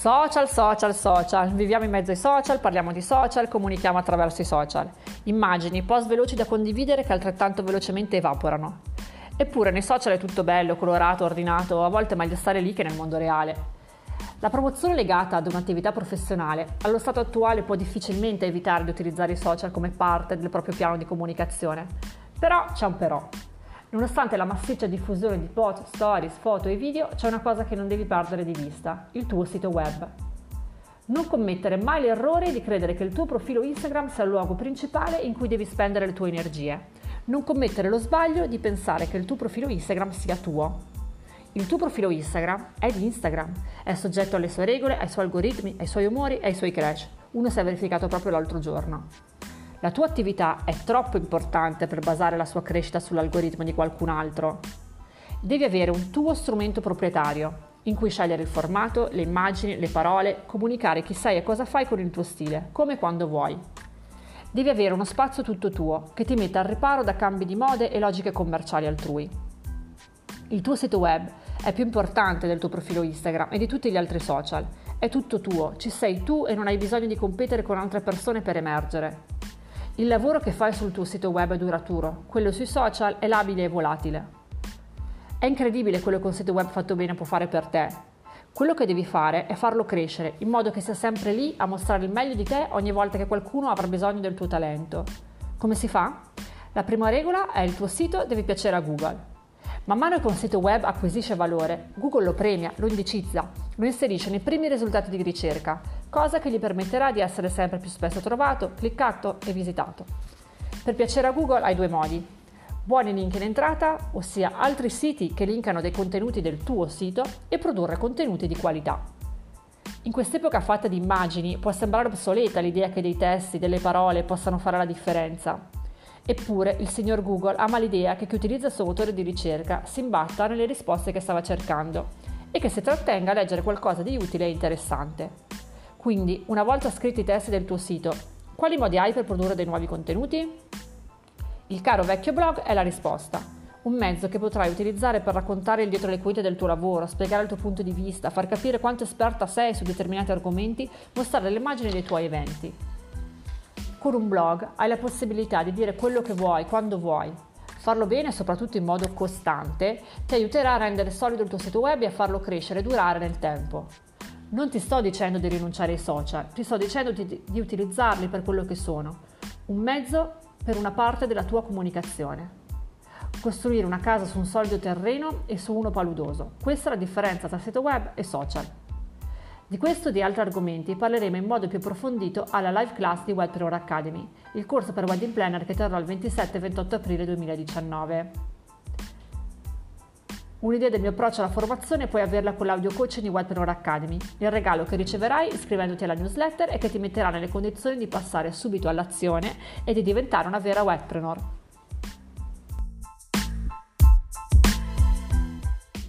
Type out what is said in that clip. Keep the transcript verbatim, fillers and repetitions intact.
Social, social, social. Viviamo in mezzo ai social, parliamo di social, comunichiamo attraverso i social. Immagini, post veloci da condividere che altrettanto velocemente evaporano. Eppure nei social è tutto bello, colorato, ordinato, a volte è meglio stare lì che nel mondo reale. La promozione legata ad un'attività professionale allo stato attuale può difficilmente evitare di utilizzare i social come parte del proprio piano di comunicazione. Però c'è un però. Nonostante la massiccia diffusione di post, stories, foto e video, c'è una cosa che non devi perdere di vista: il tuo sito web. Non commettere mai l'errore di credere che il tuo profilo Instagram sia il luogo principale in cui devi spendere le tue energie. Non commettere lo sbaglio di pensare che il tuo profilo Instagram sia tuo. Il tuo profilo Instagram è di Instagram, è soggetto alle sue regole, ai suoi algoritmi, ai suoi umori e ai suoi crash. Uno si è verificato proprio l'altro giorno. La tua attività è troppo importante per basare la sua crescita sull'algoritmo di qualcun altro. Devi avere un tuo strumento proprietario, in cui scegliere il formato, le immagini, le parole, comunicare chi sei e cosa fai con il tuo stile, come e quando vuoi. Devi avere uno spazio tutto tuo, che ti metta al riparo da cambi di mode e logiche commerciali altrui. Il tuo sito web è più importante del tuo profilo Instagram e di tutti gli altri social. È tutto tuo, ci sei tu e non hai bisogno di competere con altre persone per emergere. Il lavoro che fai sul tuo sito web è duraturo, quello sui social è labile e volatile. È incredibile quello che un sito web fatto bene può fare per te. Quello che devi fare è farlo crescere, in modo che sia sempre lì a mostrare il meglio di te ogni volta che qualcuno avrà bisogno del tuo talento. Come si fa? La prima regola è: il tuo sito deve piacere a Google. Man mano che un sito web acquisisce valore, Google lo premia, lo indicizza, lo inserisce nei primi risultati di ricerca, cosa che gli permetterà di essere sempre più spesso trovato, cliccato e visitato. Per piacere a Google hai due modi: buoni link in entrata, ossia altri siti che linkano dei contenuti del tuo sito, e produrre contenuti di qualità. In quest'epoca fatta di immagini può sembrare obsoleta l'idea che dei testi, delle parole possano fare la differenza. Eppure il signor Google ama l'idea che chi utilizza il suo motore di ricerca si imbatta nelle risposte che stava cercando e che si trattenga a leggere qualcosa di utile e interessante. Quindi, una volta scritti i testi del tuo sito, quali modi hai per produrre dei nuovi contenuti? Il caro vecchio blog è la risposta, un mezzo che potrai utilizzare per raccontare il dietro le quinte del tuo lavoro, spiegare il tuo punto di vista, far capire quanto esperta sei su determinati argomenti, mostrare le immagini dei tuoi eventi. Con un blog hai la possibilità di dire quello che vuoi, quando vuoi. Farlo bene e soprattutto in modo costante ti aiuterà a rendere solido il tuo sito web e a farlo crescere e durare nel tempo. Non ti sto dicendo di rinunciare ai social, ti sto dicendo di, di utilizzarli per quello che sono, un mezzo per una parte della tua comunicazione. Costruire una casa su un solido terreno e su uno paludoso. Questa è la differenza tra sito web e social. Di questo e di altri argomenti parleremo in modo più approfondito alla live class di Webpreneur Academy, il corso per wedding planner che terrò il ventisette e ventotto aprile duemiladiciannove. Un'idea del mio approccio alla formazione puoi averla con l'audio coaching di Webpreneur Academy, il regalo che riceverai iscrivendoti alla newsletter e che ti metterà nelle condizioni di passare subito all'azione e di diventare una vera webpreneur.